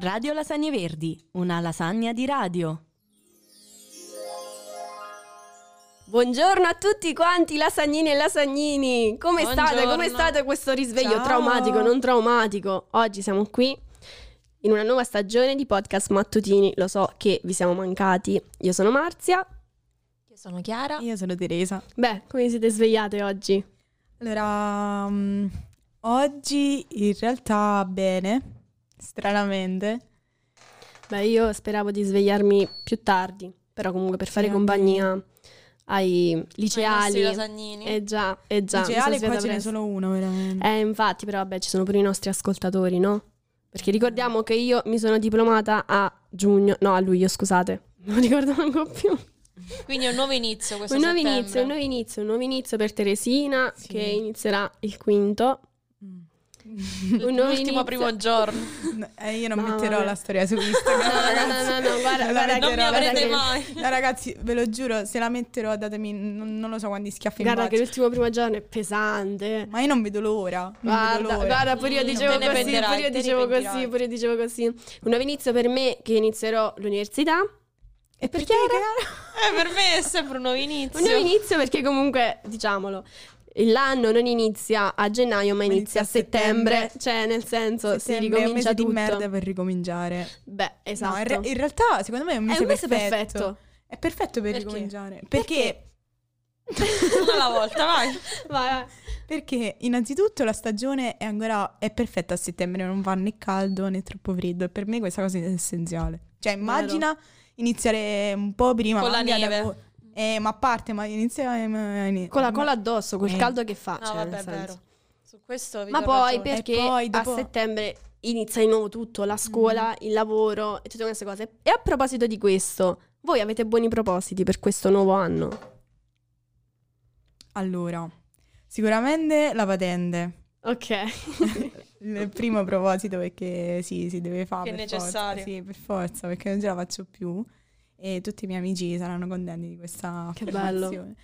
Radio Lasagne Verdi, una lasagna di radio. Buongiorno a tutti quanti lasagnini e lasagnini. Come state? Come state questo risveglio? Ciao. Traumatico, non traumatico? Oggi siamo qui in una nuova stagione di podcast mattutini. Lo so che vi siamo mancati. Io sono Marzia. Io sono Chiara. Io sono Teresa. Beh, come siete svegliate oggi? Allora, oggi in realtà bene, stranamente. Beh, io speravo di svegliarmi più tardi, però comunque per fare Sì, compagnia ai I liceali. nostri lasagnini. Già. Liceale mi sono qua ce svegliata n'è presto. solo uno, veramente. Infatti, però vabbè, ci sono pure i nostri ascoltatori, no? Perché ricordiamo che io mi sono diplomata a luglio, scusate. Non ricordo manco più. Quindi è un nuovo inizio questo Un nuovo settembre. inizio per Teresina, Sì. che inizierà il quinto. Un nuovo L'ultimo inizio. primo giorno. Io non No, metterò vabbè. la storia su Instagram, ragazzi. No, guarda, Non la guarda, Non mi metterò, avrete che- mai. No, ragazzi, ve lo giuro, se la metterò datemi, non lo so quanti schiaffi in Guarda che faccia. l'ultimo primo giorno è pesante. Ma io non vedo l'ora. Non vedo l'ora. Guarda, pure io Non dicevo te ne così, pentirai, pure io te ne dicevo pentirai. così, pure io dicevo così. Un nuovo inizio per me che inizierò l'università. E per perché? Chiara? Per me è sempre un nuovo inizio. Un nuovo inizio perché comunque, diciamolo, l'anno non inizia a gennaio ma inizia a settembre. Cioè, nel senso, si Settembre è un ricomincia mese di tutto. merda per ricominciare. Beh, esatto. No, in realtà, secondo me è un mese, È un mese perfetto. perfetto. È perfetto per Perché? ricominciare. Perché? Una alla volta, vai. Vai. Perché innanzitutto la stagione è perfetta a settembre, non fa né caldo né troppo freddo e per me questa cosa è essenziale. Cioè immagina iniziare un po' prima. Con la magari ad neve. ma a parte, ma inizia Con la colla addosso, col caldo che fa. No, cioè, vabbè, nel è senso. vero. Su questo vi Ma do poi ragione. perché E poi dopo- a settembre inizia di nuovo tutto, la scuola, il lavoro e tutte queste cose. E a proposito di questo, voi avete buoni propositi per questo nuovo anno? Allora, sicuramente la patente. Ok. Il primo proposito perché sì, si deve fare Che è per necessario. forza, sì, per forza, perché non ce la faccio più e tutti i miei amici saranno contenti di questa Che affermazione.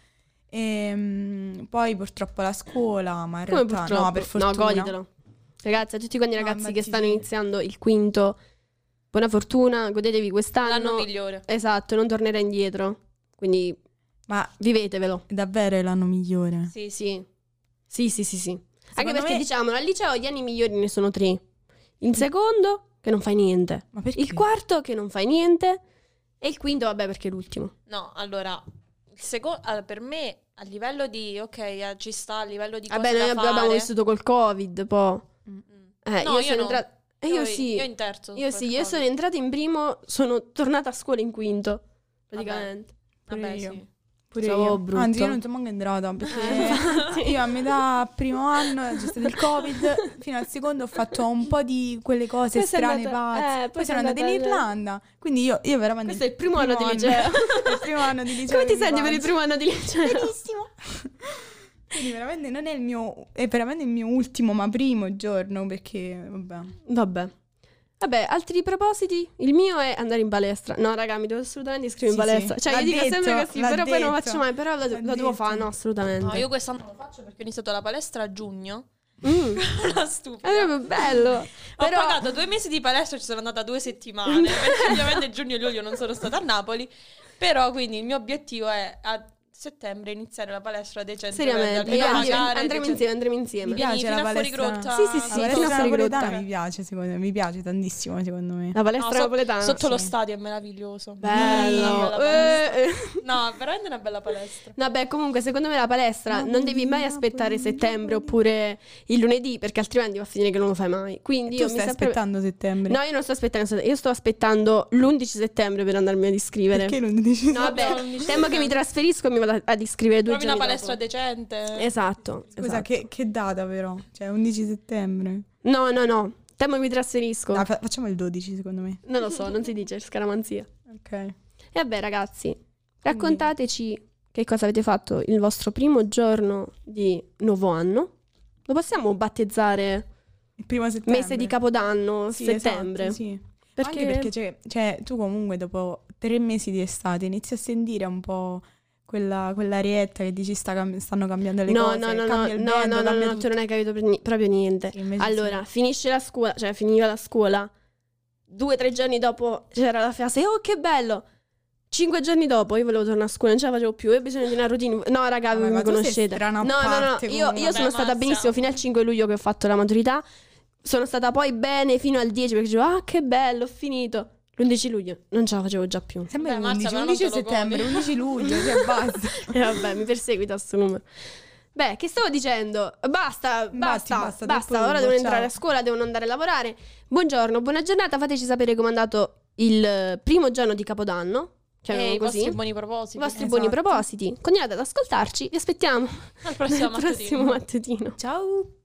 Poi purtroppo la scuola, ma in Come realtà purtroppo? no, per fortuna. No, goditelo. Ragazzi, a tutti quanti i No, ragazzi ma che sì, stanno sì. iniziando il quinto, buona fortuna, godetevi quest'anno. L'anno migliore. Esatto, non tornerà indietro. Quindi Ma vivetevelo. davvero è l'anno migliore. Sì, Sì. Sì. Anche Secondo perché me- diciamolo, al liceo gli anni migliori ne sono 3. Il secondo, che non fai niente. Ma perché? Il quarto, che non fai niente. E il quinto, vabbè, perché è l'ultimo. No, allora, il secondo per me a livello di ci sta a livello di cose Vabbè, noi da fare. abbiamo vissuto col Covid, poi. Mm. Io No, sono no. entrata... io sì. Io in terzo. Io sì, io sono entrata in primo, sono tornata a scuola in quinto, praticamente. Pure Vabbè, io. sì. Pure Stavo io. brutto. Anzi, io non sono manco entrata perché io a metà primo anno c'è stato il Covid, fino al secondo ho fatto un po' di quelle cose Poi sei strane, andata- pazze. poi Poi sei sono andata in andata- Irlanda, quindi io veramente... Questo è il primo anno di liceo. il primo anno di liceo. Come ti che mi senti per il faccio. primo anno di liceo? Benissimo. Quindi veramente non è il mio... È veramente il mio ultimo, ma primo giorno, perché vabbè. Vabbè, altri propositi? Il mio è andare in palestra. No, raga, mi devo assolutamente iscrivere in Sì, palestra. sì. Cioè, L'ha io dico detto, sempre così, l'ha però poi non lo detto. faccio mai. Però L'ha lo devo detto. fare, no, assolutamente. No, io quest'anno lo faccio perché ho iniziato la palestra a giugno. È Stupida. proprio bello. Ho Però pagato 2 mesi di palestra e ci sono andata 2 settimane. Perché ovviamente giugno e luglio non sono stata a Napoli. Però quindi il mio obiettivo è a settembre iniziare la palestra decente. seriamente, almeno pagare andremo decente. insieme. Mi piace Fino la a fuori palestra. grotta. Sì, sì, La sì, palestra fino a fuori napoletana grotta. mi piace, secondo me. Mi piace tantissimo, secondo me. La palestra No, napoletana. sotto lo sì. stadio è meraviglioso. Bello. Una bella palestra. Eh. No, veramente una bella palestra. Vabbè, comunque, secondo me la palestra non devi mai aspettare settembre oppure il lunedì, perché altrimenti va a finire che non lo fai mai. Quindi Tu io stai mi sempre... aspettando settembre? No, io non sto aspettando, io sto aspettando l'11 settembre per andarmi ad iscrivere. Perché non dici? No, vabbè, l'11 temo che mi trasferisco e mi vado ad iscrivere 2 Trovi giorni una palestra dopo. decente. Esatto. Scusa, esatto. che data però? Cioè, 11 settembre? No, temo che mi trasferisco. No, facciamo il 12, secondo me. Non lo so, non si dice, scaramanzia. Ok. E vabbè, ragazzi, raccontateci che cosa avete fatto il vostro primo giorno di nuovo anno. Lo possiamo battezzare Il primo settembre. mese di Capodanno, Sì, settembre? esatto, sì. Perché... Anche perché cioè, tu comunque dopo 3 mesi di estate inizi a sentire un po' quell'arietta che dici stanno cambiando le No, cose, no, no, cambia il no, vento, no, no, cambia no, tutto. tu non hai capito proprio niente. Sì, invece Allora, finisce la scuola, cioè finiva la scuola 2-3 giorni dopo c'era la fase, oh che bello. 5 giorni dopo io volevo tornare a scuola, non ce la facevo più, io ho bisogno di una routine. No raga, Vabbè, mi ma tu sei conoscete. strana a No, parte io comunque. sono stata Mazza. benissimo fino al 5 luglio che ho fatto la maturità. Sono stata poi bene fino al 10 perché dicevo, ah che bello, ho finito. L'11 luglio non ce la facevo già più. Sembra Beh, Marzia, 11, però non 11 te lo settembre, godi. 11 luglio, cioè basta. E vabbè, mi perseguita sto numero. Beh, che stavo dicendo? Basta, basta, troppo ora lungo, devono entrare ciao. a scuola, devono andare a lavorare. Buongiorno, buona giornata, fateci sapere com'è andato il primo giorno di Capodanno. E Cioè, i così. vostri buoni propositi. I vostri Esatto. buoni propositi. Continuate ad ascoltarci, vi aspettiamo Al prossimo nel prossimo mattutino. mattutino. Ciao.